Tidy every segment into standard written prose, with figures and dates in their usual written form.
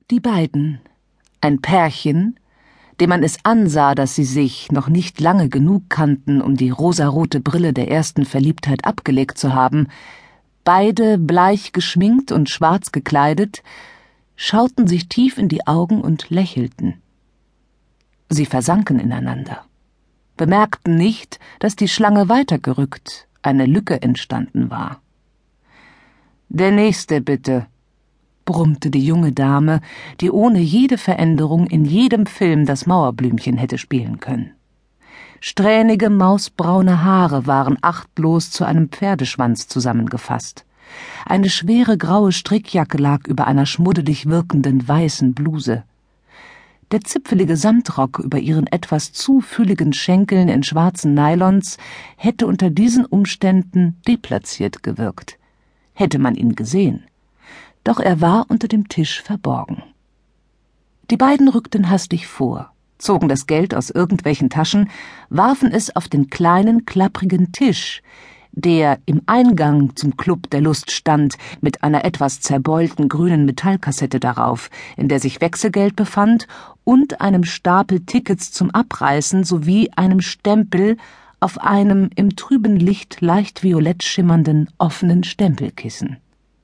Die beiden, ein Pärchen, dem man es ansah, dass sie sich noch nicht lange genug kannten, um die rosarote Brille der ersten Verliebtheit abgelegt zu haben, beide bleich geschminkt und schwarz gekleidet, schauten sich tief in die Augen und lächelten. Sie versanken ineinander, bemerkten nicht, dass die Schlange weitergerückt, eine Lücke entstanden war. »Der Nächste, bitte«, brummte die junge Dame, die ohne jede Veränderung in jedem Film das Mauerblümchen hätte spielen können. Strähnige, mausbraune Haare waren achtlos zu einem Pferdeschwanz zusammengefasst. Eine schwere graue Strickjacke lag über einer schmuddelig wirkenden weißen Bluse. Der zipfelige Samtrock über ihren etwas zu fülligen Schenkeln in schwarzen Nylons hätte unter diesen Umständen deplatziert gewirkt. Hätte man ihn gesehen. Doch er war unter dem Tisch verborgen. Die beiden rückten hastig vor, zogen das Geld aus irgendwelchen Taschen, warfen es auf den kleinen, klapprigen Tisch, der im Eingang zum Club der Lust stand, mit einer etwas zerbeulten grünen Metallkassette darauf, in der sich Wechselgeld befand, und einem Stapel Tickets zum Abreißen sowie einem Stempel auf einem im trüben Licht leicht violett schimmernden, offenen Stempelkissen.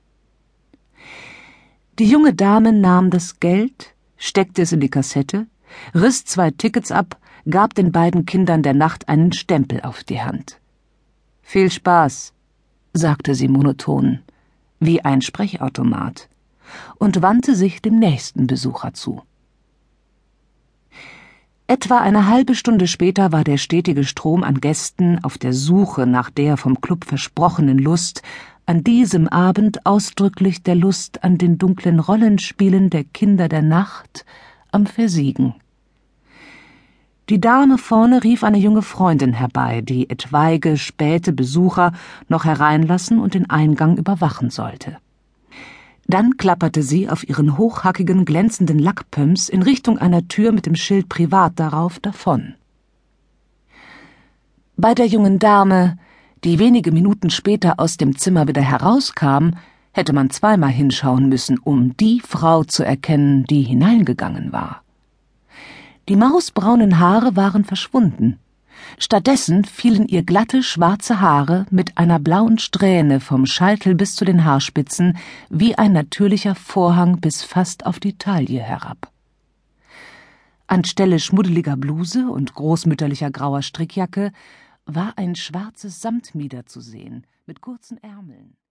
Die junge Dame nahm das Geld, steckte es in die Kassette, riss 2 Tickets ab, gab den beiden Kindern der Nacht einen Stempel auf die Hand. »Viel Spaß«, sagte sie monoton, wie ein Sprechautomat, und wandte sich dem nächsten Besucher zu. Etwa eine halbe Stunde später war der stetige Strom an Gästen auf der Suche nach der vom Club versprochenen Lust an diesem Abend ausdrücklich der Lust an den dunklen Rollenspielen der Kinder der Nacht am Versiegen. Die Dame vorne rief eine junge Freundin herbei, die etwaige späte Besucher noch hereinlassen und den Eingang überwachen sollte. Dann klapperte sie auf ihren hochhackigen, glänzenden Lackpumps in Richtung einer Tür mit dem Schild »Privat« darauf davon. Bei der jungen Dame, die wenige Minuten später aus dem Zimmer wieder herauskam, hätte man zweimal hinschauen müssen, um die Frau zu erkennen, die hineingegangen war. Die mausbraunen Haare waren verschwunden. Stattdessen fielen ihr glatte, schwarze Haare mit einer blauen Strähne vom Scheitel bis zu den Haarspitzen wie ein natürlicher Vorhang bis fast auf die Taille herab. Anstelle schmuddeliger Bluse und großmütterlicher grauer Strickjacke war ein schwarzes Samtmieder zu sehen, mit kurzen Ärmeln.